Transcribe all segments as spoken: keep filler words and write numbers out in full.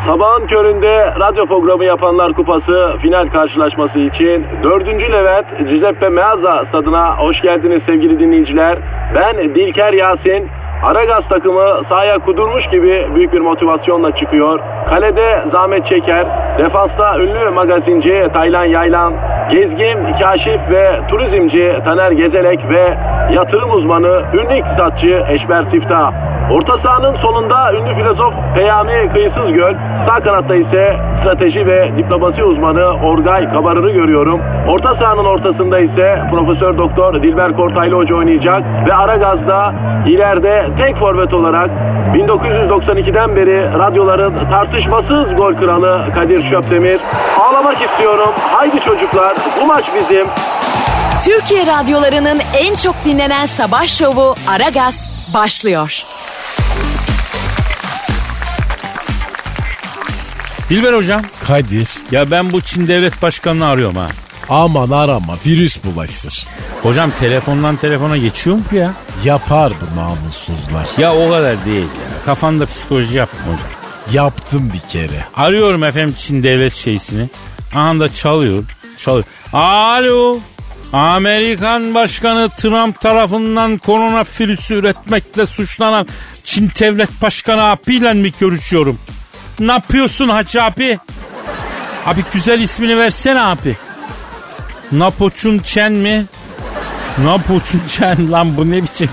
Sabahın köründe radyo programı yapanlar kupası final karşılaşması için dördüncü Levent Giuseppe Meazza stadına hoş geldiniz sevgili dinleyiciler. Ben Dilker Yasin. Aragaz takımı sahaya kudurmuş gibi büyük bir motivasyonla çıkıyor. Kalede Zahmet Çeker, defansta ünlü magazinci Taylan Yaylan, gezgin, kaşif ve turizmci Taner Gezelek ve yatırım uzmanı, ünlü iktisatçı Eşber Siftah. Orta sahanın solunda ünlü filozof Peyami Kıyısızgöl, sağ kanatta ise strateji ve diplomasi uzmanı Orgay Kabarır'ı görüyorum. Orta sahanın ortasında ise Profesör Doktor Dilber Kortaylı Hoca oynayacak ve Aragaz'da ileride tek forvet olarak bin dokuz yüz doksan ikiden beri radyoların tartışmasız gol kralı Kadir Şöpdemir. Ağlamak istiyorum. Haydi çocuklar, bu maç bizim. Türkiye radyolarının en çok dinlenen sabah şovu Aragaz başlıyor. Dilber hocam. Kadir. Ya ben bu Çin devlet başkanını arıyorum ha. Aman arama, virüs bulaşır. Hocam telefondan telefona geçiyor mu ya? Yapar bu namussuzlar. Ya o kadar değil ya. Kafanda psikoloji yapma hocam. Yaptım bir kere. Arıyorum efendim Çin devlet şeysini. Aha da çalıyor. Çalıyor. Alo. Amerikan Başkanı Trump tarafından koronavirüsü üretmekle suçlanan Çin devlet başkanı abiyle mi görüşüyorum? Ne yapıyorsun Hacı abi? Abi güzel ismini versene abi. Napoçun Çen mi? Napoçun Çen lan bu ne biçim?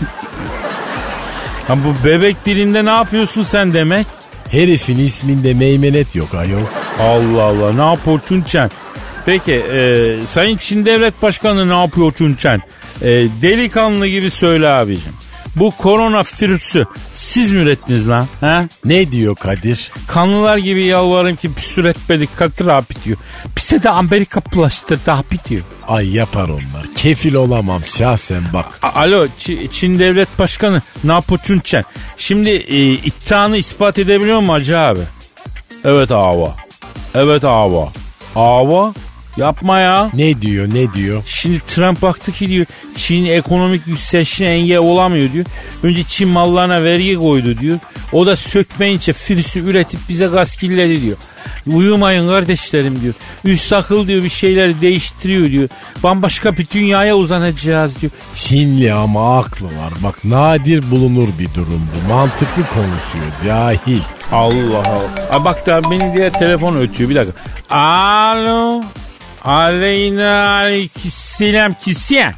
Ha bu bebek dilinde ne yapıyorsun sen demek? Herifin isminde meymenet yok ayol. Allah Allah, ne yapıyor Çunçen? Peki e, Sayın Çin Devlet Başkanı ne yapıyor Çunçen? E, delikanlı gibi söyle abicim. Bu koronavirüsü siz mi ürettiniz lan? He? Ne diyor Kadir? Kanlılar gibi yalvarırım ki pis üretmedik Kadir abi diyor. Pise de Amerika bulaştırdı abi diyor. Ay yapar onlar. Kefil olamam şahsen bak. A- Alo Ç- Çin Devlet Başkanı ne yapıyor Çunçen? Şimdi e, iddianı ispat edebiliyor mu Hacı abi? Evet ava. Evet ava. Ava? Yapma ya. Ne diyor ne diyor? Şimdi Trump baktı ki diyor Çin ekonomik yükselişine engel olamıyor diyor. Önce Çin mallarına vergi koydu diyor. O da sökmeyince virüsü üretip bize gaskilledi diyor. Uyumayın kardeşlerim diyor. Üst akıl diyor bir şeyleri değiştiriyor diyor. Bambaşka bir dünyaya uzanacağız diyor. Çinli ama aklı var. Bak nadir bulunur bir durum bu. Mantıklı konuşuyor cahil. Allah Allah. Aa, bak da beni diğer telefon ötüyor bir dakika. Alo. Aleyna aleykümselam kisiyen.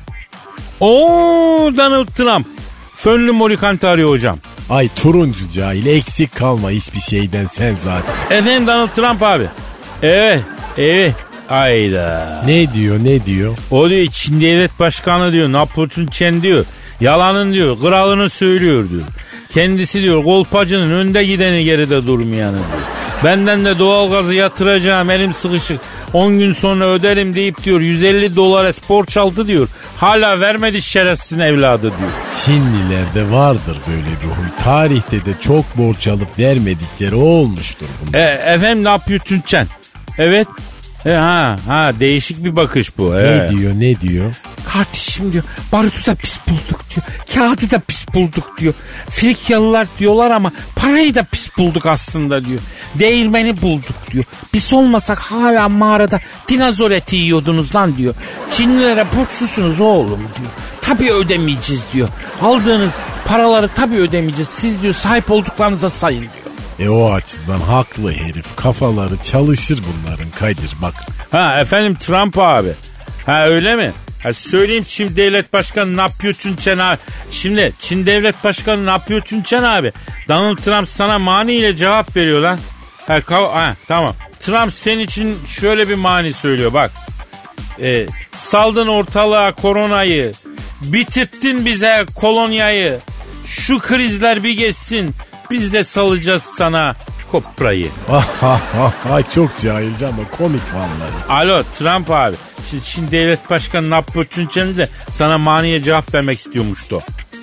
Oo Donald Trump. Fönlü Morikant arıyor hocam. Ay turuncu cahil eksik kalma hiçbir şeyden sen zaten. Efendim Donald Trump abi. Evet evet. Ayda. Ne diyor ne diyor? O diyor Çin devlet başkanı diyor. Napolyon Çen diyor. Yalanın diyor. Kralını söylüyor diyor. Kendisi diyor kolpacının önde gideni geride durmayanı diyor. Benden de doğalgazı yatıracağım elim sıkışık. on gün sonra öderim deyip diyor yüz elli dolara borç aldı diyor. Hala vermedi şerefsizin evladı diyor. Çinlilerde vardır böyle bir huy. Tarihte de çok borç alıp vermedikleri olmuştur bunlar. E, efendim ne yapıyor Tünçen? Evet. E, ha ha değişik bir bakış bu. E. Ne diyor ne diyor? Kardeşim diyor barutu da pis bulduk diyor. Kağıdı da pis bulduk diyor. Frikyalılar diyorlar ama parayı da pis bulduk aslında diyor. Değirmeni bulduk diyor. Biz olmasak hala mağarada dinozor eti yiyordunuz lan diyor. Çinlilere borçlusunuz oğlum diyor. Tabii ödemeyeceğiz diyor. Aldığınız paraları tabii ödemeyeceğiz. Siz diyor sahip olduklarınıza sayın diyor. E o açıdan haklı herif. Kafaları çalışır bunların Kadir bak. Ha efendim Trump abi. Ha öyle mi? Ha söyleyeyim Çin Devlet Başkanı ne yapıyor Çunçen abi? Şimdi Çin Devlet Başkanı ne yapıyor Çunçen abi? Donald Trump sana maniyle cevap veriyor lan. Ha, kav- ha tamam. Trump senin için şöyle bir mani söylüyor bak. Ee, saldın ortalığa koronayı. Bitirttin bize kolonyayı. Şu krizler bir geçsin. Biz de salacağız sana koprayı. Ay çok cahilce ama komik vallahi. Alo Trump abi. Şimdi Çin Devlet Başkanı ne yapıyor Çunçen'i de sana maniye cevap vermek istiyormuştu.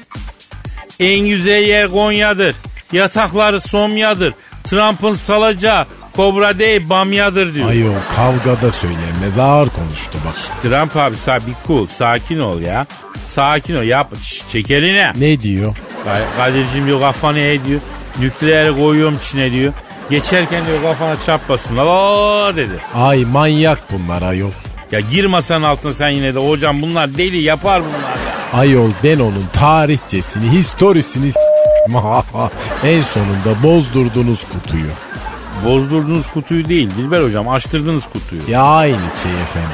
En güzel yer Konya'dır. Yatakları Somya'dır. Trump'ın salacağı kobra değil bamyadır diyor. Ay o kavgada söylenmez ağır konuştu bak. Şişt, Trump abi sa- bir cool sakin ol ya. Sakin ol yap. Şişt, çek eline. Ne diyor? Kadir'cim diyor kafanı eğ diyor. Nükleeri koyuyorum içine diyor. Geçerken diyor kafana çarpmasın. Aa dedi. Ay manyak bunlar ayol. Ya gir masanın altına sen yine de hocam bunlar deli yapar bunlar ya. Ayol ben onun tarihçesini, historisini s- en sonunda bozdurdunuz kutuyu. Bozdurduğunuz kutuyu değil Dilber hocam, açtırdınız kutuyu. Ya aynı şey efendim.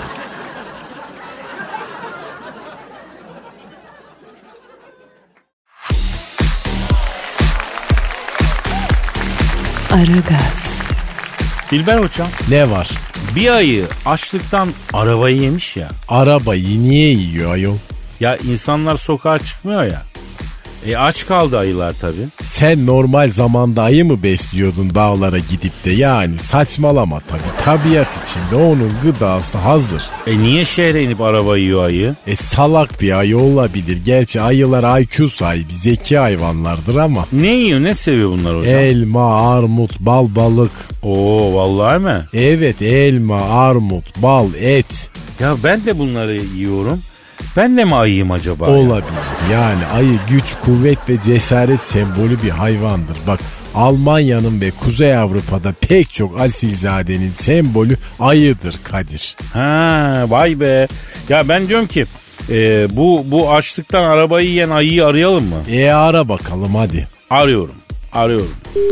Aragaz, Dilber hocam Ne var? bir ayı açlıktan arabayı yemiş ya. Arabayı niye yiyor ayol? Ya insanlar sokağa çıkmıyor ya. E aç kaldı ayılar tabii. Sen normal zamanda ayı mı besliyordun dağlara gidip de? Yani saçmalama tabii. Tabiat içinde onun gıdası hazır. E niye şehre inip araba yiyor ayı? E salak bir ayı olabilir. Gerçi ayılar I Q sahibi zeki hayvanlardır ama. Ne yiyor, ne seviyor bunlar hocam? Elma, armut, bal, balık. Oo vallahi mi? Evet elma, armut, bal, et. Ya ben de bunları yiyorum. Ben de mi ayıyım acaba? ya? Olabilir. Yani ayı güç, kuvvet ve cesaret sembolü bir hayvandır. Bak Almanya'nın ve Kuzey Avrupa'da pek çok asilzadenin sembolü ayıdır Kadir. Ha vay be. Ya ben diyorum ki e, bu bu açlıktan arabayı yiyen ayıyı arayalım mı? E ara bakalım hadi. Arıyorum. Arıyorum.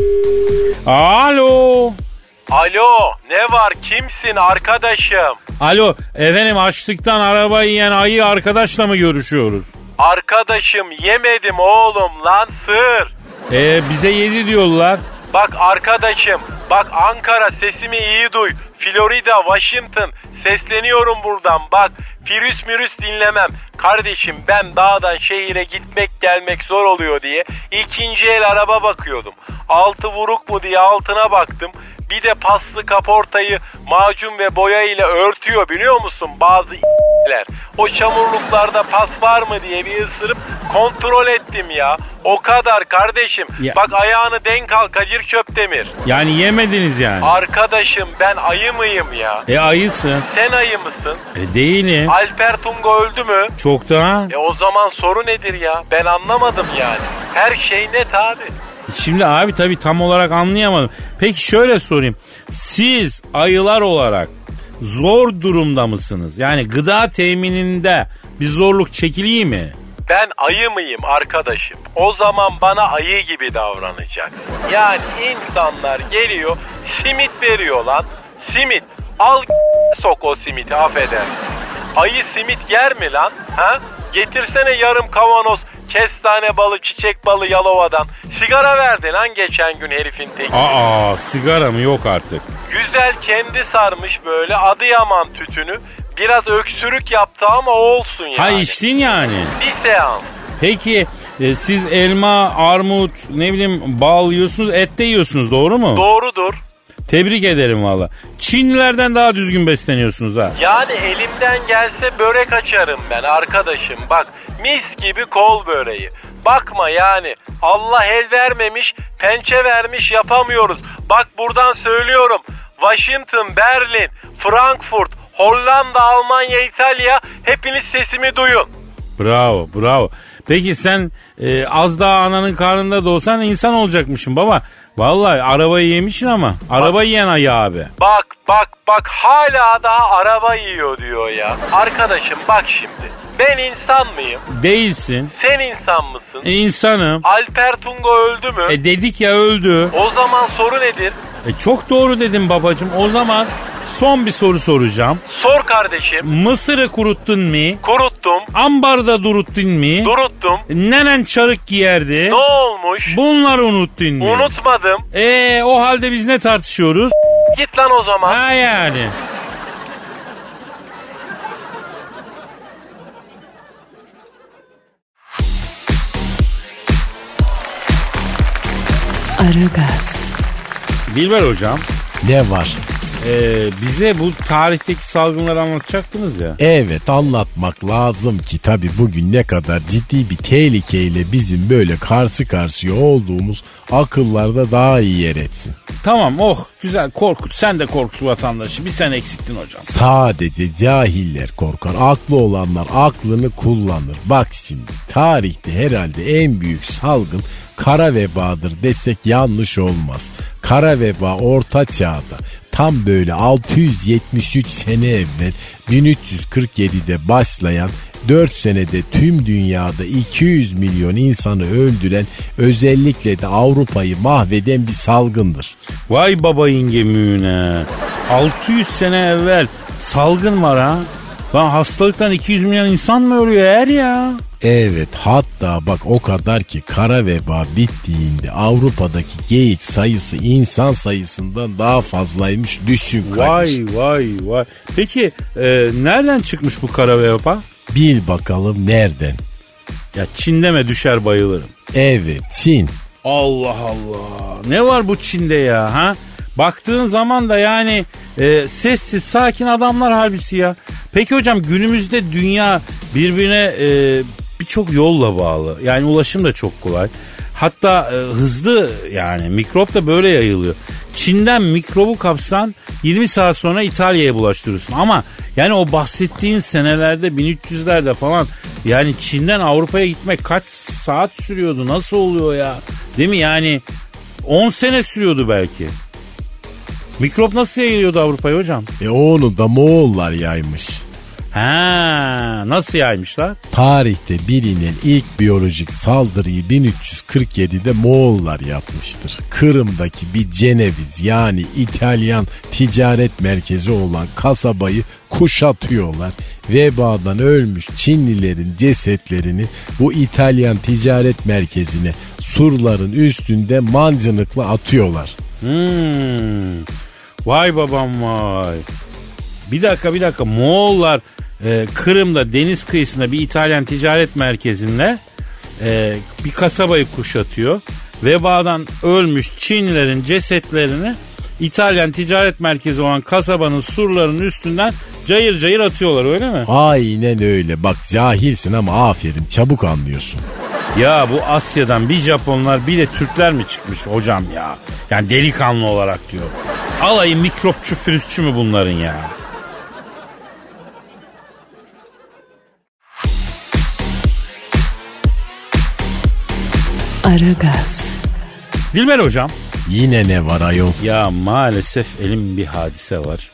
Alo. Alo, ne var, kimsin arkadaşım? Alo efendim, açlıktan arabayı yiyen ayı arkadaşla mı görüşüyoruz? Arkadaşım yemedim oğlum lan, sır. E bize yedi diyorlar. Bak arkadaşım, bak Ankara, sesimi iyi duy. Florida, Washington, sesleniyorum buradan bak. Virüs mürüs dinlemem. Kardeşim ben dağdan şehire gitmek gelmek zor oluyor diye ikinci el araba bakıyordum. Altı vuruk mu diye altına baktım. Bir de paslı kaportayı macun ve boya ile örtüyor biliyor musun bazı ***ler. O çamurluklarda pas var mı diye bir ısırıp kontrol ettim ya. O kadar kardeşim. Ya. Bak ayağını denk al Kadir Çöptemir. Yani yemediniz yani. Arkadaşım ben ayı mıyım ya? E ayısın. Sen ayı mısın? E değilim. Alper Tungo öldü mü? Çoktan. E o zaman soru nedir ya? Ben anlamadım yani. Her şey net abi. Şimdi abi tabii tam olarak anlayamadım. Peki şöyle sorayım. Siz ayılar olarak zor durumda mısınız? Yani gıda temininde bir zorluk çekiliyor mi? Ben ayı mıyım arkadaşım? O zaman bana ayı gibi davranacaksın. Yani insanlar geliyor simit veriyor lan. Simit. Al sok o simiti, affedersin. Ayı simit yer mi lan? Ha? Getirsene yarım kavanoz kestane balı, çiçek balı Yalova'dan. Sigara verdi lan geçen gün herifin teki. Aa sigara mı, yok artık. Güzel kendi sarmış böyle Adıyaman tütünü. Biraz öksürük yaptı ama olsun yani. Ha içtin yani. Bir seans. Peki e, siz elma, armut, ne bileyim bal yiyorsunuz, et de yiyorsunuz, doğru mu? Doğrudur. Tebrik ederim valla. Çinlilerden daha düzgün besleniyorsunuz ha. Yani elimden gelse börek açarım ben arkadaşım. Bak mis gibi kol böreği. Bakma yani Allah el vermemiş, pençe vermiş, yapamıyoruz. Bak buradan söylüyorum. Washington, Berlin, Frankfurt, Hollanda, Almanya, İtalya, hepiniz sesimi duyun. Bravo bravo. Peki sen e, az daha ananın karnında doğsan insan olacakmışsın baba. Vallahi arabayı yemişsin ama araba yiyen ayı abi. Bak bak bak hala daha araba yiyor diyor ya. Arkadaşım bak şimdi. Ben insan mıyım? Değilsin. Sen insan mısın? E, insanım. Alper Tungo öldü mü? E dedik ya, öldü. O zaman soru nedir? E çok doğru dedim babacığım. O zaman son bir soru soracağım. Sor kardeşim. Mısırı kuruttun mu? Kuruttum. Ambarda duruttun mu? Duruttum. Nenen çarık giyerdi? Ne olmuş? Bunları unuttun mu? Unutmadım. E o halde biz ne tartışıyoruz? Git lan o zaman. Ha yani. Aragaz, Dilber hocam, Ne var? e, bize bu tarihteki salgınları anlatacaktınız ya. Evet anlatmak lazım ki tabi bugün ne kadar ciddi bir tehlikeyle bizim böyle karşı karşıya olduğumuz akıllarda daha iyi yer etsin. Tamam, oh güzel, korkut, sen de korkut vatandaşı, bir sen eksiktin hocam. Sadece cahiller korkar, aklı olanlar aklını kullanır. Bak şimdi tarihte herhalde en büyük salgın kara vebadır desek yanlış olmaz. Kara veba orta çağda tam böyle altı yüz yetmiş üç sene evvel bin üç yüz kırk yedide başlayan, dört senede tüm dünyada iki yüz milyon insanı öldüren, özellikle de Avrupa'yı mahveden bir salgındır. Vay baba ingemüğüne. altı yüz sene evvel salgın var ha. Lan hastalıktan iki yüz milyon insan mı ölüyor her ya? Evet, hatta bak o kadar ki kara veba bittiğinde Avrupa'daki geyik sayısı insan sayısından daha fazlaymış, düşün kardeşim. Vay vay vay. Peki e, nereden çıkmış bu kara veba? Bil bakalım nereden? Ya Çin deme, düşer bayılırım. Evet, Çin. Allah Allah. Ne var bu Çin'de ya ha? Baktığın zaman da yani e, sessiz sakin adamlar halbuki ya. Peki hocam, günümüzde dünya birbirine e, birçok yolla bağlı. Yani ulaşım da çok kolay. Hatta e, hızlı, yani mikrop da böyle yayılıyor. Çin'den mikrobu kapsan yirmi saat sonra İtalya'ya bulaştırırsın. Ama yani o bahsettiğin senelerde bin üç yüzlerde falan, yani Çin'den Avrupa'ya gitmek kaç saat sürüyordu? Nasıl oluyor ya? Değil mi? Yani on sene sürüyordu belki. Mikrop nasıl yayılıyordu Avrupa'ya hocam? E onu da Moğollar yaymış. Ha, nasıl yaymışlar? Tarihte bilinen ilk biyolojik saldırıyı bin üç yüz kırk yedide Moğollar yapmıştır. Kırım'daki bir Ceneviz, yani İtalyan ticaret merkezi olan kasabayı kuşatıyorlar. Vebadan ölmüş Çinlilerin cesetlerini bu İtalyan ticaret merkezine surların üstünde mancınıkla atıyorlar. Hmm. Vay babam vay. Bir dakika bir dakika Moğollar e, Kırım'da deniz kıyısında bir İtalyan ticaret merkezinde e, bir kasabayı kuşatıyor. Vebadan ölmüş Çinlilerin cesetlerini İtalyan ticaret merkezi olan kasabanın surlarının üstünden cayır cayır atıyorlar, öyle mi? Aynen öyle. Bak cahilsin ama aferin, çabuk anlıyorsun. Ya bu Asya'dan bir Japonlar bir de Türkler mi çıkmış hocam ya? Yani delikanlı olarak diyor. Alayı mikropçu virüsçü mü bunların ya? Aragaz. Dilber hocam. Yine ne var ayol? Ya maalesef elim bir hadise var.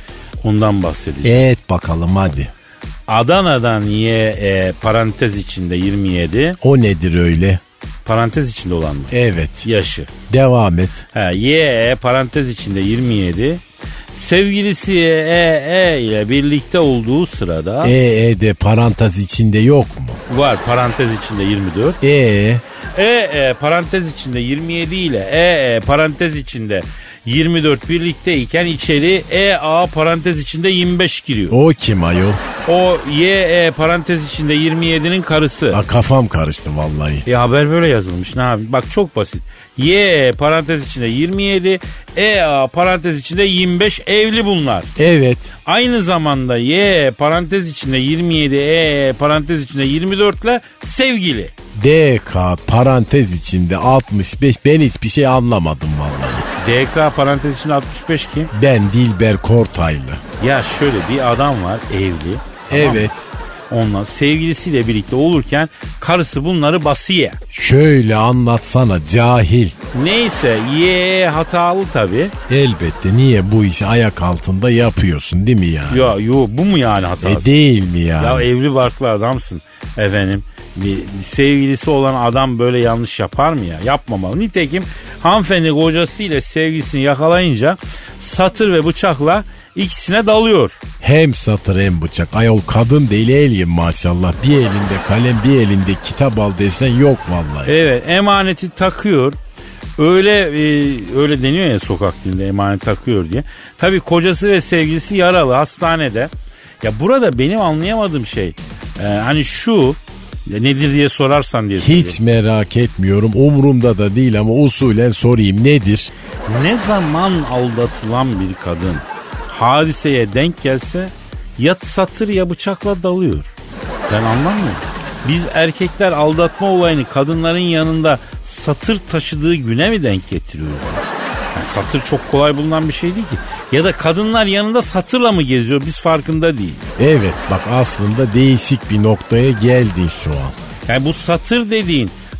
Ondan bahsedeceğim. Evet bakalım hadi. Adana'dan Y E parantez içinde yirmi yedi. O nedir öyle? Parantez içinde olan mı? Evet. Yaşı. Devam et. Ha, Y E parantez içinde yirmi yedi. Sevgilisi E E ile birlikte olduğu sırada. E E de parantez içinde yok mu? Var, parantez içinde yirmi dört. E E E parantez içinde yirmi yedi ile E E parantez içinde yirmi dört birlikteyken içeri E A parantez içinde yirmi beş giriyor. O kim ayol? O Y E parantez içinde yirmi yedinin karısı. Ha, kafam karıştı vallahi. E haber böyle yazılmış, ne yapayım? Bak çok basit. Y E parantez içinde yirmi yedi, E A parantez içinde yirmi beş, evli bunlar. Evet. Aynı zamanda Y E parantez içinde yirmi yedi, E E parantez içinde yirmi dört ile sevgili. D K parantez içinde altmış beş, ben hiçbir şey anlamadım vallahi. D K parantez içinde altmış beş kim? Ben Dilber Kortaylı. Ya şöyle bir adam var, evli. Evet. Tamam. Onunla sevgilisiyle birlikte olurken karısı bunları basıyor. Şöyle anlatsana cahil. Neyse Y hatalı tabii. Elbette, niye bu işi ayak altında yapıyorsun değil mi yani? Ya yo, bu mu yani hatası? E değil mi yani? Ya evli barklı adamsın efendim. Bir sevgilisi olan adam böyle yanlış yapar mı ya? Yapmamalı. Nitekim hanımefendi kocasıyla sevgilisini yakalayınca satır ve bıçakla ikisine dalıyor. Hem satır hem bıçak. Ayol kadın değil eliyim maşallah. Bir elinde kalem, bir elinde kitap al desen yok vallahi. Evet, emaneti takıyor. Öyle e, öyle deniyor ya sokak dilinde, emanet takıyor diye. Tabii kocası ve sevgilisi yaralı, hastanede. Ya burada benim anlayamadığım şey e, hani şu, nedir diye sorarsan diye Hiç soruyorum. merak etmiyorum. Umurumda da değil ama usulen sorayım, nedir? Ne zaman aldatılan bir kadın hadiseye denk gelse ya satır ya bıçakla dalıyor. Ben anlamıyorum. Biz erkekler aldatma olayını kadınların yanında satır taşıdığı güne mi denk getiriyoruz? Yani satır çok kolay bulunan bir şey değil ki. Ya da kadınlar yanında satırla mı geziyor, biz farkında değiliz. Evet bak, aslında değişik bir noktaya geldin şu an. Yani bu satır dediğin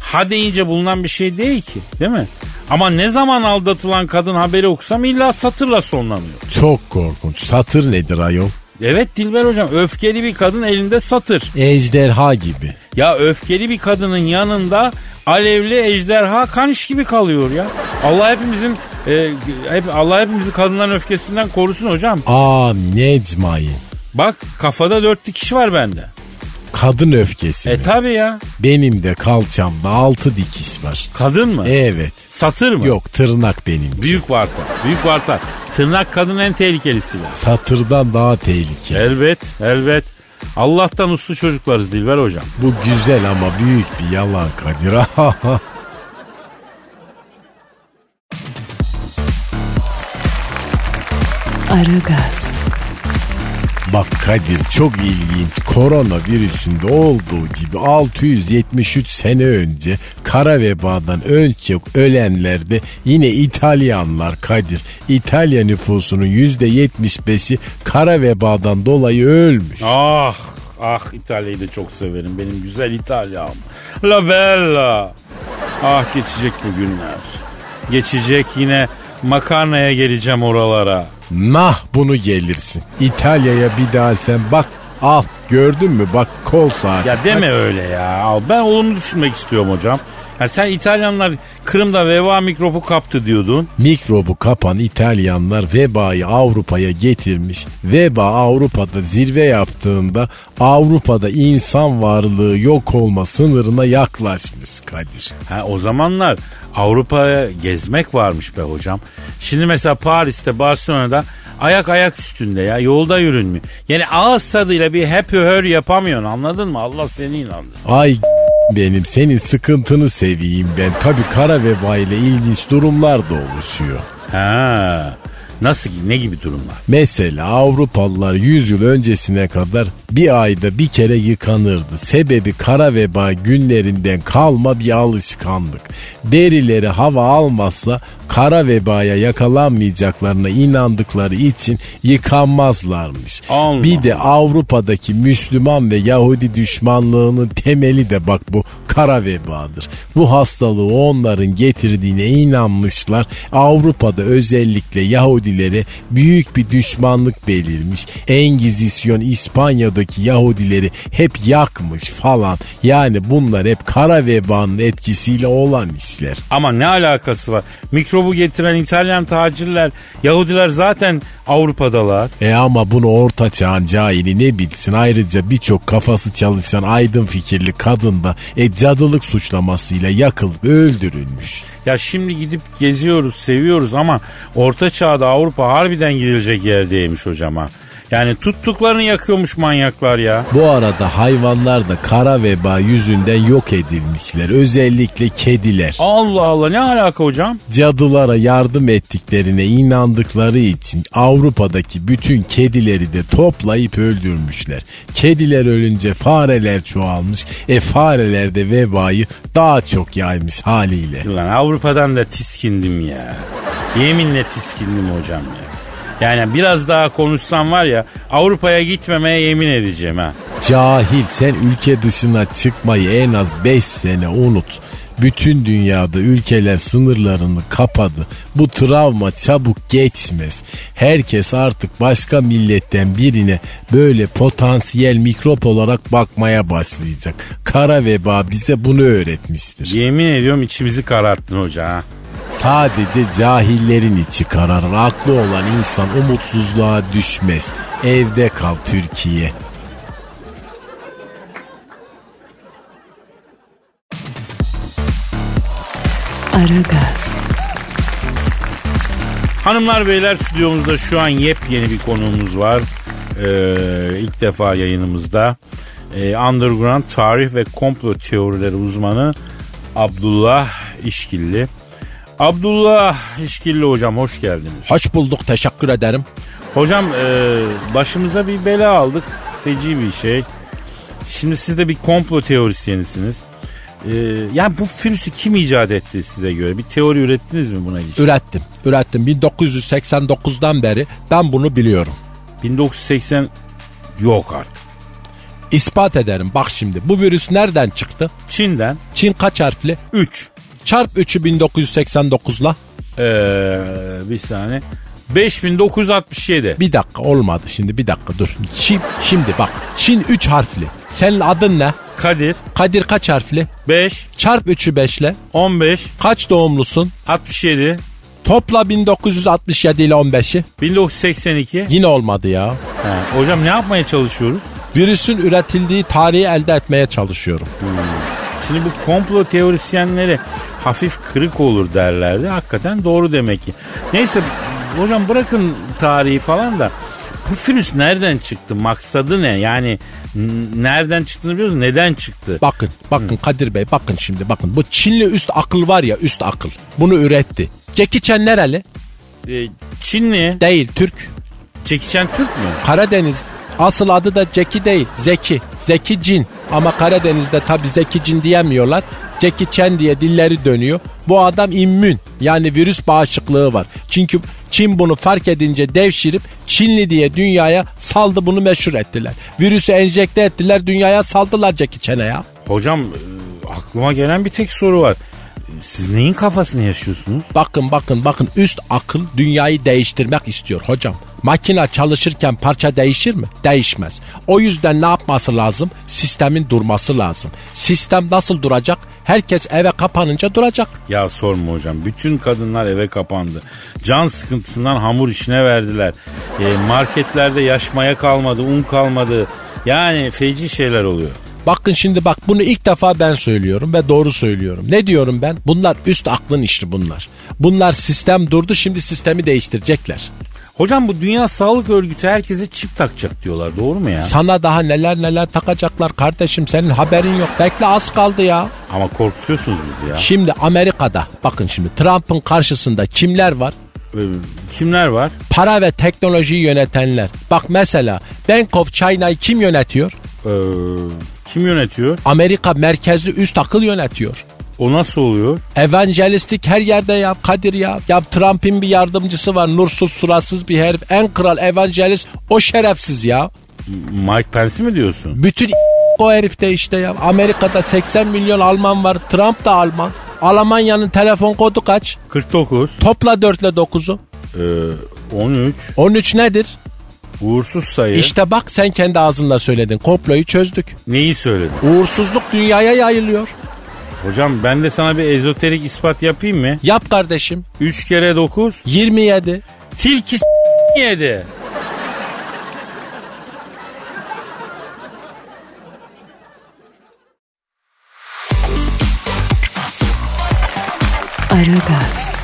ha deyince bulunan bir şey değil ki, değil mi? Ama ne zaman aldatılan kadın haberi okusam illa satırla sonlanıyor. Çok korkunç. Satır nedir ayol? Evet Dilber hocam, öfkeli bir kadın elinde satır. Ejderha gibi. Ya öfkeli bir kadının yanında alevli ejderha kaniş gibi kalıyor ya. Allah hepimizin e, hep Allah hepimizi kadınların öfkesinden korusun hocam. Amin ecmaîn. Bak kafada dört dikiş var bende. Kadın öfkesi E mi? tabi ya. Benim de kalçamda altı dikiş var. Kadın mı? Evet. Satır mı? Yok, tırnak benim. Büyük varta. Büyük varta. Tırnak kadın en tehlikelisi. Satırdan daha tehlikeli. Elbet, elbet. Allah'tan uslu çocuklarız Dilber hocam. Bu güzel ama büyük bir yalan Kadir. Aragaz. Bak Kadir, çok ilginç. Koronavirüsünde olduğu gibi altı yüz yetmiş üç sene önce kara vebadan önce ölenlerde yine İtalyanlar Kadir. İtalya nüfusunun yüzde yetmiş beşi kara vebadan dolayı ölmüş. Ah, ah İtalya'yı da çok severim. Benim güzel İtalya'm. La bella. Ah geçecek bu günler. Geçecek, yine makarnaya geleceğim oralara. Nah bunu gelirsin. İtalya'ya bir daha sen bak, al gördün mü, bak kol saati. Ya deme Kaç... öyle ya. Ben olumlu düşünmek istiyorum hocam. Ya sen İtalyanlar Kırım'da veba mikrobu kaptı diyordun. Mikrobu kapan İtalyanlar vebayı Avrupa'ya getirmiş. Veba Avrupa'da zirve yaptığında Avrupa'da insan varlığı yok olma sınırına yaklaşmış Kadir. Ha, o zamanlar Avrupa'ya gezmek varmış be hocam. Şimdi mesela Paris'te, Barcelona'da ayak ayak üstünde ya, yolda yürünmüyor. Yani ağız tadıyla bir happy her yapamıyorsun, anladın mı? Allah seni inandırsın. Ay benim, senin sıkıntını seveyim ben. Tabii kara veba ile ilginç durumlar da oluşuyor. Ha, nasıl, ne gibi durumlar? Mesela Avrupalılar yüz yıl öncesine kadar bir ayda bir kere yıkanırdı. Sebebi kara veba günlerinden kalma bir alışkanlık. Derileri hava almazsa kara vebaya yakalanmayacaklarına inandıkları için yıkanmazlarmış. Allah. Bir de Avrupa'daki Müslüman ve Yahudi düşmanlığının temeli de bak bu kara vebadır. Bu hastalığı onların getirdiğine inanmışlar. Avrupa'da özellikle Yahudilere büyük bir düşmanlık belirmiş. Engizisyon İspanya'daki Yahudileri hep yakmış falan. Yani bunlar hep kara vebanın etkisiyle olan işler. Ama ne alakası var? Mikrobu getiren İtalyan tacirler, Yahudiler zaten Avrupa'dalar. E ama bunu orta çağın cahili ne bilsin? Ayrıca birçok kafası çalışan aydın fikirli kadın da e, cadılık suçlamasıyla yakılıp öldürülmüş. Ya şimdi gidip geziyoruz, seviyoruz ama orta çağda Avrupa harbiden gidilecek yerdeymiş hocam ha. Yani tuttuklarını yakıyormuş manyaklar ya. Bu arada hayvanlar da kara veba yüzünden yok edilmişler. Özellikle kediler. Allah Allah, ne alaka hocam? Cadılara yardım ettiklerine inandıkları için Avrupa'daki bütün kedileri de toplayıp öldürmüşler. Kediler ölünce fareler çoğalmış. E fareler de vebayı daha çok yaymış haliyle. Ulan Avrupa'dan da tiskindim ya. Yeminle tiskindim hocam ya. Yani biraz daha konuşsam var ya, Avrupa'ya gitmemeye yemin edeceğim ha. Cahil, sen ülke dışına çıkmayı en az beş sene unut. Bütün dünyada ülkeler sınırlarını kapadı. Bu travma çabuk geçmez. Herkes artık başka milletten birine böyle potansiyel mikrop olarak bakmaya başlayacak. Kara veba bize bunu öğretmiştir. Yemin ediyorum içimizi kararttın hoca ha. Sadece cahillerin içi kararır. Aklı olan insan umutsuzluğa düşmez. Evde kal Türkiye. Aragaz. Hanımlar beyler, stüdyomuzda şu an yepyeni bir konuğumuz var. Ee, ilk defa yayınımızda. Ee, underground tarih ve komplo teorileri uzmanı Abdullah İşkilli. Abdullah İşkilli hocam, hoş geldiniz. Hoş bulduk, teşekkür ederim. Hocam e, başımıza bir bela aldık. Feci bir şey. Şimdi siz de bir komplo teorisyenisiniz. E, yani bu virüsü kim icat etti size göre? Bir teori ürettiniz mi buna ilişkin? Ürettim. Ürettim. bin dokuz yüz seksen dokuzdan beri ben bunu biliyorum. bin dokuz yüz seksen yok artık. İspat ederim. Bak şimdi bu virüs nereden çıktı? Çin'den. Çin kaç harfli? üç. Çarp üçü bin dokuz yüz seksen dokuzla. Ee, bir saniye. beş bin dokuz yüz altmış yedi. Bir dakika olmadı şimdi bir dakika dur. Çin, şimdi bak Çin üç harfli. Senin adın ne? Kadir. Kadir kaç harfli? beş. Çarp üçü beşle. on beş. Kaç doğumlusun? altmış yedi. Topla bin dokuz yüz altmış yedi ile on beşi. bin dokuz yüz seksen iki. Yine olmadı ya. He, hocam ne yapmaya çalışıyoruz? Virüsün üretildiği tarihi elde etmeye çalışıyorum. Hmm. Şimdi bu komplo teorisyenleri hafif kırık olur derlerdi. Hakikaten doğru demek ki. Neyse hocam bırakın tarihi falan da bu virüs nereden çıktı? Maksadı ne? Yani n- nereden çıktığını biliyoruz. Neden çıktı? Bakın bakın hmm. Kadir Bey bakın şimdi bakın. Bu Çinli üst akıl var ya üst akıl. Bunu üretti. Jackie Chan nereli? Ee, Çinli. Değil Türk. Jackie Chan Türk mü? Karadeniz. Asıl adı da Jackie değil Zeki. Zeki Cin. Ama Karadeniz'de tabii Zeki Cin diyemiyorlar. Jackie Chan diye dilleri dönüyor. Bu adam immün. Yani virüs bağışıklığı var. Çünkü Çin bunu fark edince devşirip Çinli diye dünyaya saldı, bunu meşhur ettiler. Virüsü enjekte ettiler, dünyaya saldılar Jackie Chan'e ya. Hocam e, aklıma gelen bir tek soru var. Siz neyin kafasını yaşıyorsunuz? Bakın bakın bakın üst akıl dünyayı değiştirmek istiyor hocam. Makine çalışırken parça değişir mi? Değişmez. O yüzden ne yapması lazım? Sistemin durması lazım. Sistem nasıl duracak? Herkes eve kapanınca duracak. Ya sorma hocam. Bütün kadınlar eve kapandı. Can sıkıntısından hamur işine verdiler. E, marketlerde yaşmaya kalmadı, un kalmadı. Yani feci şeyler oluyor. Bakın şimdi bak bunu ilk defa ben söylüyorum ve doğru söylüyorum. Ne diyorum ben? Bunlar üst aklın işi bunlar. Bunlar sistem durdu, şimdi sistemi değiştirecekler. Hocam bu Dünya Sağlık Örgütü herkese çip takacak diyorlar, doğru mu ya? Sana daha neler neler takacaklar kardeşim, senin haberin yok. Bekle, az kaldı ya. Ama korkutuyorsunuz bizi ya. Şimdi Amerika'da bakın şimdi Trump'ın karşısında kimler var? Ee, kimler var? Para ve teknolojiyi yönetenler. Bak mesela Bank of China'yı kim yönetiyor? Ee, kim yönetiyor? Amerika merkezli üst akıl yönetiyor. O nasıl oluyor? Evangelistik her yerde ya Kadir ya. Ya Trump'in bir yardımcısı var, nursuz suratsız bir herif. En kral evangelist o şerefsiz ya. Mike Pence mi diyorsun? Bütün o herifte işte ya. Amerika'da seksen milyon Alman var. Trump da Alman. Almanya'nın telefon kodu kaç? kırk dokuz. Topla dört ile dokuzu. Ee, on üç. on üç nedir? Uğursuz sayı. İşte bak sen kendi ağzınla söyledin. Komployu çözdük. Neyi söyledin? Uğursuzluk dünyaya yayılıyor. Hocam ben de sana bir ezoterik ispat yapayım mı? Yap kardeşim. üç kere dokuz. yirmi yedi. Tilki yedi. Aragaz.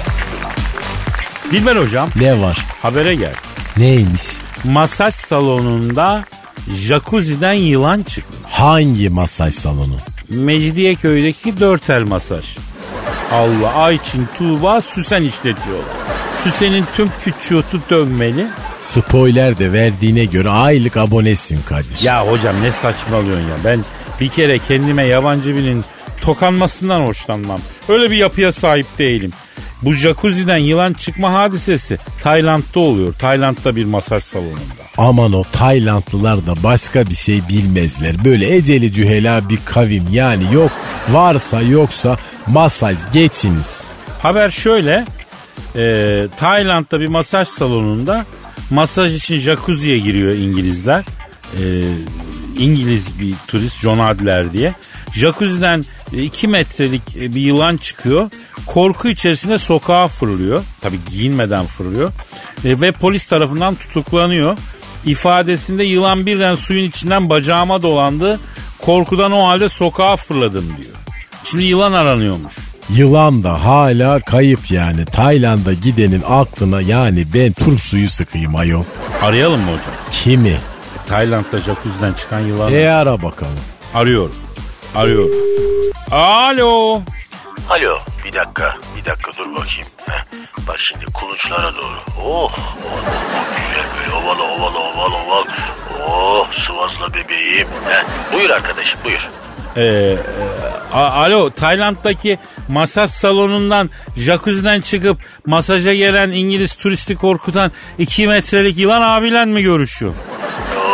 Dilber hocam. Ne var? Habere gel. Neymiş? Masaj salonunda jacuzzi'den yılan çıkmış. Hangi masaj salonu? Mecidiyeköy'deki dört el masaj. Allah, Ayçin, Tuğba, Süsen işletiyorlar. Süsen'in tüm vücudu dönmeli. Spoiler de verdiğine göre aylık abonesin Kadir. Ya hocam ne saçmalıyorsun ya. Ben bir kere kendime yabancı birinin tokanmasından hoşlanmam. Öyle bir yapıya sahip değilim. Bu jacuzzi'den yılan çıkma hadisesi Tayland'da oluyor. Tayland'da bir masaj salonunda. Aman o Taylandlılar da başka bir şey bilmezler. Böyle eceli cühela bir kavim, yani yok varsa yoksa masaj geçiniz. Haber şöyle. E, Tayland'da bir masaj salonunda masaj için jacuzziye giriyor İngilizler. E, İngiliz bir turist John Adler diye. Jacuzzi'den iki metrelik bir yılan çıkıyor. Korku içerisinde sokağa fırlıyor. Tabii giyinmeden fırlıyor. E, ve polis tarafından tutuklanıyor. İfadesinde yılan birden suyun içinden bacağıma dolandı. Korkudan o halde sokağa fırladım diyor. Şimdi yılan aranıyormuş. Yılan da hala kayıp yani. Tayland'a gidenin aklına yani ben turp suyu sıkayım ayol. Arayalım mı hocam? Kimi? E, Tayland'da jacuzzi'den çıkan yılan. E ara bakalım. Arıyorum. Arıyorum. Alo. Alo, bir dakika, bir dakika dur bakayım. Heh. Bak şimdi kulunçlara doğru. Oh, oh, oh, oh güzel böyle oval oval oval oval. Oh, sıvazla bebeğim. Heh. Buyur arkadaşım, buyur. Ee, e, a- alo, Tayland'daki masaj salonundan jacuzzi'den çıkıp masaja gelen İngiliz turisti korkutan iki metrelik yılan abiyle mi görüşüyor? Oh,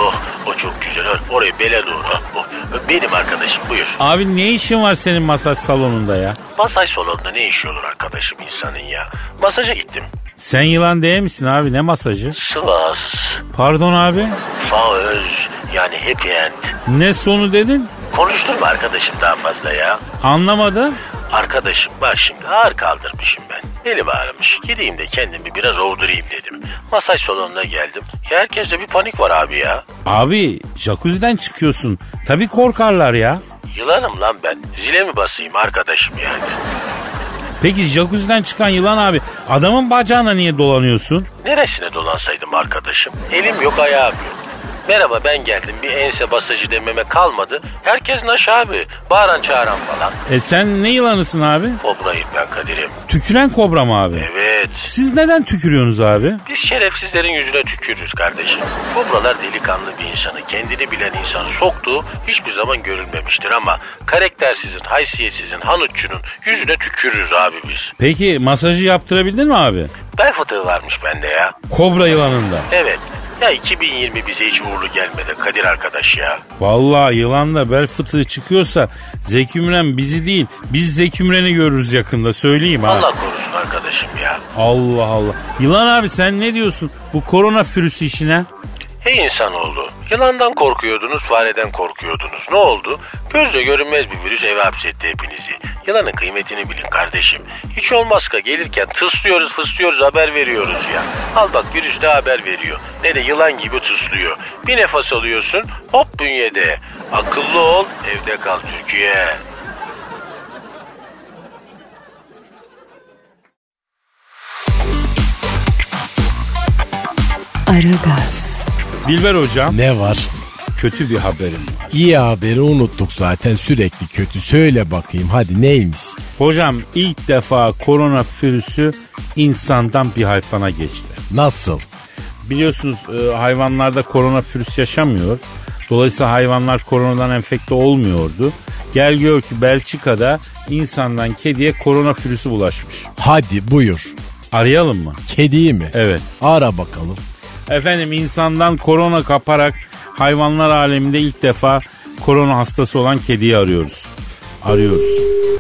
O çok güzel. Oraya bele doğru. O, benim arkadaşım buyur. Abi ne işin var senin masaj salonunda ya? Masaj salonunda ne işi olur arkadaşım insanın ya? Masaja gittim. Sen yılan değil misin abi? Ne masajı? Sıvas. Pardon abi? Faöz. Yani happy end. Ne sonu dedin? Konuşturma arkadaşım daha fazla ya. Anlamadım. Arkadaşım bak şimdi ağır kaldırmışım ben. Elim ağrımış. Gideyim de kendimi biraz ovdurayım dedim. Masaj salonuna geldim. Ya herkeste bir panik var abi ya. Abi jacuzzi'den çıkıyorsun. Tabii korkarlar ya. Yılanım lan ben. Zile mi basayım arkadaşım yani? Peki jacuzzi'den çıkan yılan abi adamın bacağına niye dolanıyorsun? Neresine dolansaydım arkadaşım? Elim yok ayağım yok. Merhaba ben geldim bir ense masajı dememe kalmadı. Herkes naş abi. Bağıran çağıran falan. E sen ne yılanısın abi? Kobrayım ben Kadir'im. Tüküren kobra mı abi? Evet. Siz neden tükürüyorsunuz abi? Biz şerefsizlerin yüzüne tükürürüz kardeşim. Kobralar delikanlı bir insanı, kendini bilen insanı soktuğu hiçbir zaman görülmemiştir ama karaktersizin, haysiyetsizin, hanutçunun yüzüne tükürürüz abi biz. Peki masajı yaptırabildin mi abi? Bel fıtığı varmış bende ya. Kobra yılanında. Evet. Ya iki bin yirmi bize hiç uğurlu gelmedi Kadir arkadaş ya. Vallahi yılanda bel fıtığı çıkıyorsa Zeki Müren bizi değil biz Zeki Müren'i görürüz yakında söyleyeyim ha. Allah korusun arkadaşım ya. Allah Allah. Yılan abi sen ne diyorsun bu koronavirüs işine? Hey insanoğlu, yılandan korkuyordunuz, fareden korkuyordunuz. Ne oldu? Gözle görünmez bir virüs eve hapsetti hepinizi. Yılanın kıymetini bilin kardeşim. Hiç olmazsa gelirken tıslıyoruz, fıslıyoruz, haber veriyoruz ya. Al bak virüs de haber veriyor. Ne de yılan gibi tıslıyor. Bir nefes alıyorsun, hop bünyede. Akıllı ol, evde kal Türkiye. Aragaz. Dilber hocam. Ne var? Kötü bir haberim var. İyi haberi unuttuk zaten sürekli kötü. Söyle bakayım hadi neymiş? Hocam ilk defa koronavirüsü insandan bir hayvana geçti. Nasıl? Biliyorsunuz e, hayvanlarda koronavirüs yaşamıyor. Dolayısıyla hayvanlar koronadan enfekte olmuyordu. Gel gör ki Belçika'da insandan kediye koronavirüsü bulaşmış. Hadi buyur. Arayalım mı? Kediyi mi? Evet. Ara bakalım. Efendim insandan korona kaparak hayvanlar aleminde ilk defa korona hastası olan kediyi arıyoruz. Arıyoruz.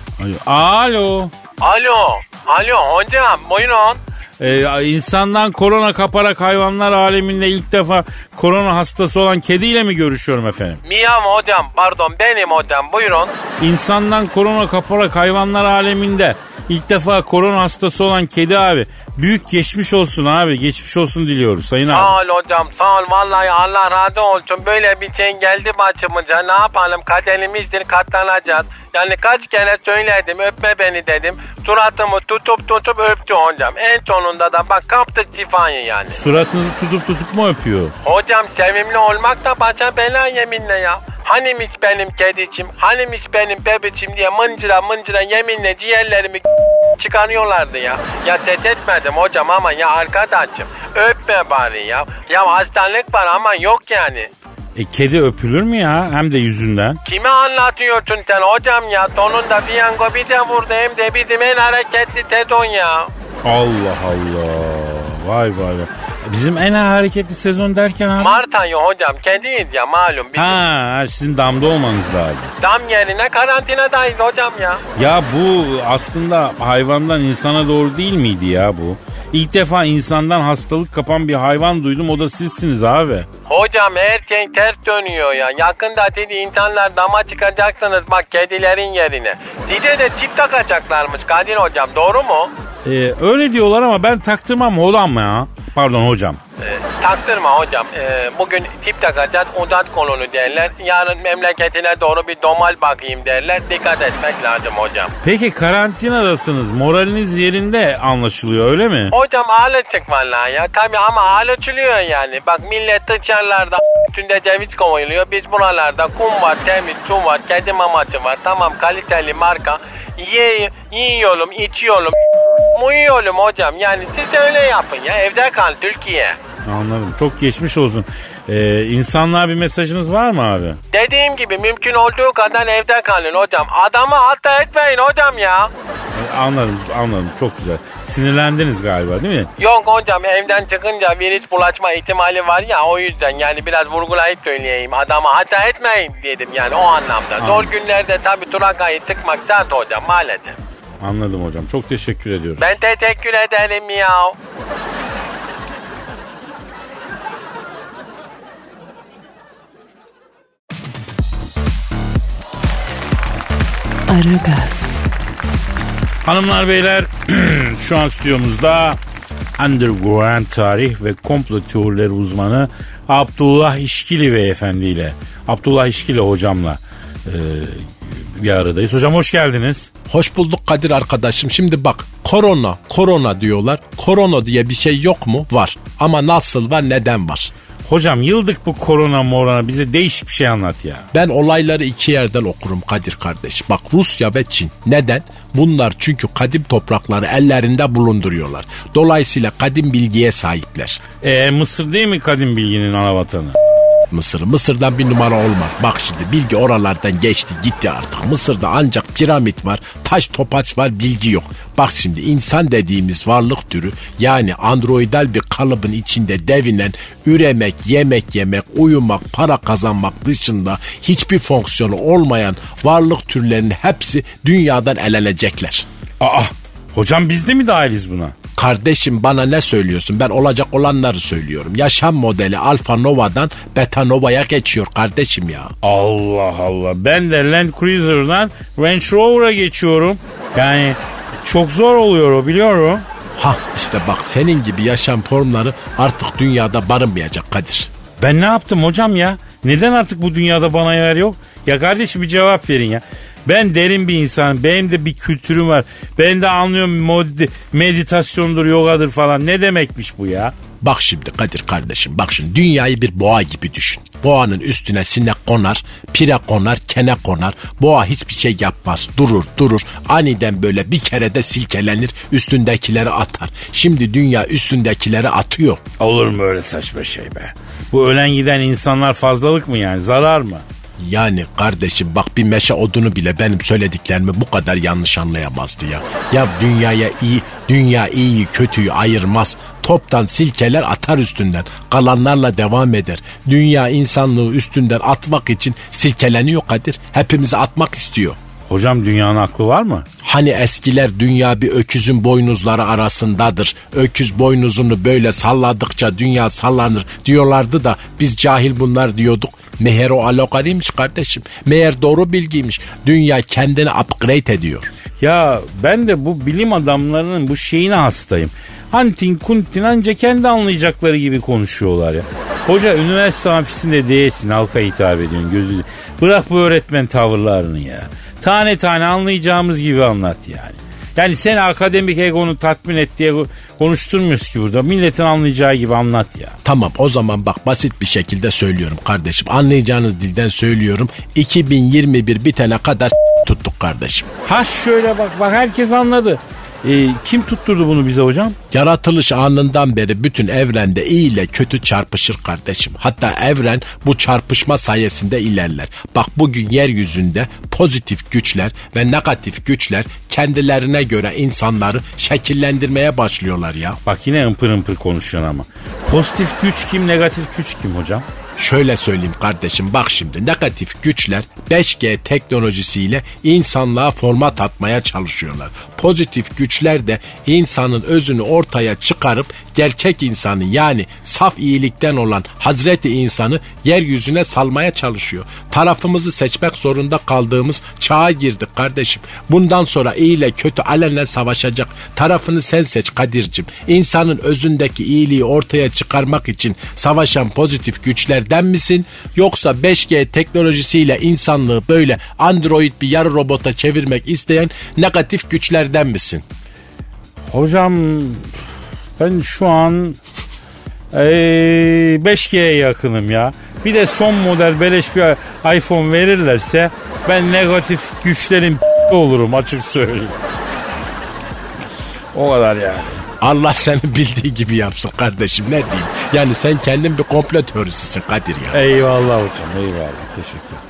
Alo. Alo. Alo hocam buyurun. Ee, insandan korona kaparak hayvanlar aleminde ilk defa korona hastası olan kediyle mi görüşüyorum efendim? Miyav hocam pardon benim hocam buyurun. İnsandan korona kaparak hayvanlar aleminde ilk defa korona hastası olan kedi abi. Büyük geçmiş olsun abi. Geçmiş olsun diliyoruz sayın Sağ abi. ol hocam sağ ol vallahi Allah razı olsun. Böyle bir şey geldi başımıza ne yapalım kaderimizdir katlanacağız. Yani kaç kere söyledim öpme beni dedim. Suratımı tutup tutup öptü hocam. En sonunda da bak kaptı şifayı yani. Suratınızı tutup tutup mu öpüyor? Hocam sevimli olmak da başa bela yeminle ya. Hanimiş benim kedicim, hanimiş benim bebeçim diye mıncıra mıncıra yeminle ciğerlerimi çıkarıyorlardı ya. Ya ses etmedim hocam ama ya arkadaşım öpme bari ya. Ya hastalık var ama yok yani. E kedi öpülür mü ya hem de yüzünden? Kime anlatıyorsun sen hocam ya? Sonunda piyango bir de vurdu hem de bizim en hareketli Tedon ya. Allah Allah. Vay vay vay. Bizim en hareketli sezon derken abi? Mart ayı hocam kediyiz ya malum. Bizim Ha sizin damda olmanız lazım. dam yerine karantinadayız hocam ya. Ya bu aslında hayvandan insana doğru değil miydi ya bu? İlk defa insandan hastalık kapan bir hayvan duydum o da sizsiniz abi. Hocam her şey ters dönüyor ya. Yakında dedi insanlar dama çıkacaksınız bak kedilerin yerine. Size de çip takacaklarmış Kadir hocam doğru mu? Ee, öyle diyorlar ama ben taktırmam hocam ya. Pardon hocam. Ee, taktırma hocam. Ee, bugün tip takacağız uzat kolunu derler. Yarın memleketine doğru bir domal bakayım derler. Dikkat etmek lazım hocam. Peki karantinadasınız. Moraliniz yerinde anlaşılıyor öyle mi? Hocam ağlıçık vallahi ya. Tabii ama ağlıçılıyor yani. Bak millet dışarılarda üstünde ceviz koyuluyor. Biz buralarda kum var, temiz su var, kedi maması var. Tamam kaliteli marka. Ye, yiyorum, içiyorum, uyuyorum hocam. Yani siz de öyle yapın ya. Evde kal Türkiye. Anladım. Çok geçmiş olsun. Ee, insanlığa bir mesajınız var mı abi? Dediğim gibi mümkün olduğu kadar evde kalın hocam. Adamı hasta etmeyin hocam ya. Ee, anladım anladım çok güzel. Sinirlendiniz galiba değil mi? Yok hocam, evden çıkınca virüs bulaşma ihtimali var ya, o yüzden yani biraz vurgulayıp söyleyeyim. Adamı hata etmeyin dedim yani, o anlamda. Anladım. Zor günlerde tabii turakayı tıkmak zat hocam maalesef. Anladım hocam, çok teşekkür ediyorum. Ben teşekkür ederim ya. Aragaz. Hanımlar beyler şu an stüdyomuzda underground tarih ve komplo teorileri uzmanı Abdullah İşkili Beyefendi ile Abdullah İşkili hocamla e, bir aradayız. Hocam hoş geldiniz. Hoş bulduk Kadir arkadaşım. Şimdi bak, korona, korona diyorlar. Korona diye bir şey yok mu? Var. Ama nasıl var, neden var? Hocam yıldık bu korona morona, bize değişik bir şey anlat ya. Ben olayları iki yerden okurum Kadir kardeş. Bak, Rusya ve Çin. Neden? Bunlar çünkü kadim toprakları ellerinde bulunduruyorlar. Dolayısıyla kadim bilgiye sahipler. E, Mısır değil mi kadim bilginin ana vatanı? Mısır. Mısır'dan bir numara olmaz. Bak şimdi, bilgi oralardan geçti gitti artık. Mısır'da ancak piramit var, taş topaç var, bilgi yok. Bak şimdi, insan dediğimiz varlık türü, yani androidal bir kalıbın içinde devinen, üremek, yemek yemek, uyumak, para kazanmak dışında hiçbir fonksiyonu olmayan varlık türlerinin hepsi dünyadan elenecekler. Aa, hocam biz de mi dahiliz buna? Kardeşim, bana ne söylüyorsun? Ben olacak olanları söylüyorum. Yaşam modeli Alfa Nova'dan Beta Nova'ya geçiyor kardeşim ya. Allah Allah. Ben de Land Cruiser'dan Range Rover'a geçiyorum. Yani çok zor oluyor o, biliyorum. Ha işte bak, senin gibi yaşam formları artık dünyada barınmayacak Kadir. Ben ne yaptım hocam ya? Neden artık bu dünyada bana yer yok? Ya kardeşim bir cevap verin ya. Ben derin bir insanım. Benim de bir kültürüm var. Ben de anlıyorum mod- meditasyondur, yogadır falan. Ne demekmiş bu ya? Bak şimdi Kadir kardeşim, bak şimdi, dünyayı bir boğa gibi düşün. Boğanın üstüne sinek konar, pire konar, kene konar. Boğa hiçbir şey yapmaz, durur durur. Aniden böyle bir kerede silkelenir, üstündekileri atar. Şimdi dünya üstündekileri atıyor. Olur mu öyle saçma şey be? Bu ölen giden insanlar fazlalık mı yani? Zarar mı? Yani kardeşim bak, bir meşe odunu bile benim söylediklerimi bu kadar yanlış anlayamazdı ya. Ya dünyaya iyi, dünya iyiyi kötüyü ayırmaz. Toptan silkeler atar üstünden. Kalanlarla devam eder. Dünya insanlığı üstünden atmak için silkeleniyor Kadir. Hepimizi atmak istiyor. Hocam dünyanın aklı var mı? Hani eskiler dünya bir öküzün boynuzları arasındadır. Öküz boynuzunu böyle salladıkça dünya sallanır diyorlardı da biz cahil bunlar diyorduk. Meğer o alokariymiş kardeşim. Meğer doğru bilgiymiş. Dünya kendini upgrade ediyor. Ya ben de bu bilim adamlarının bu şeyine hastayım. Antin kuntin anca kendi anlayacakları gibi konuşuyorlar ya. Hoca üniversite amfisinde değilsin, halka hitap ediyorsun gözü. Bırak bu öğretmen tavırlarını ya. Tane tane anlayacağımız gibi anlat yani. Yani seni akademik egonu tatmin et diye konuşturmuyoruz ki burada. Milletin anlayacağı gibi anlat ya. Tamam, o zaman bak, basit bir şekilde söylüyorum kardeşim. Anlayacağınız dilden söylüyorum. iki bin yirmi bir bitene kadar tuttuk kardeşim. Ha şöyle bak bak, herkes anladı. Ee, kim tutturdu bunu bize hocam? Yaratılış anından beri bütün evrende iyi ile kötü çarpışır kardeşim. Hatta evren bu çarpışma sayesinde ilerler. Bak, bugün yeryüzünde pozitif güçler ve negatif güçler kendilerine göre insanları şekillendirmeye başlıyorlar ya. Bak yine ımpır ımpır konuşuyorsun ama. Pozitif güç kim, negatif güç kim hocam? Şöyle söyleyeyim kardeşim, bak şimdi, negatif güçler beş G teknolojisiyle insanlığa format atmaya çalışıyorlar. Pozitif güçler de insanın özünü ortaya çıkarıp gerçek insanı, yani saf iyilikten olan Hazreti insanı yeryüzüne salmaya çalışıyor. Tarafımızı seçmek zorunda kaldığımız çağa girdik kardeşim. Bundan sonra iyi ile kötü alenen savaşacak. Tarafını sen seç Kadir'cim. İnsanın özündeki iyiliği ortaya çıkarmak için savaşan pozitif güçlerden misin? Yoksa beş G teknolojisiyle insanlığı böyle android bir yarı robota çevirmek isteyen negatif güçlerden misin? Hocam ben şu an ee, beş G'ye yakınım ya. Bir de son model beleş bir iPhone verirlerse ben negatif güçlerin olurum, açık söyleyeyim. O kadar yani. Allah seni bildiği gibi yapsın kardeşim, ne diyeyim. Yani sen kendin bir komplo teorisisin Kadir ya. Eyvallah hocam, eyvallah, teşekkür ederim.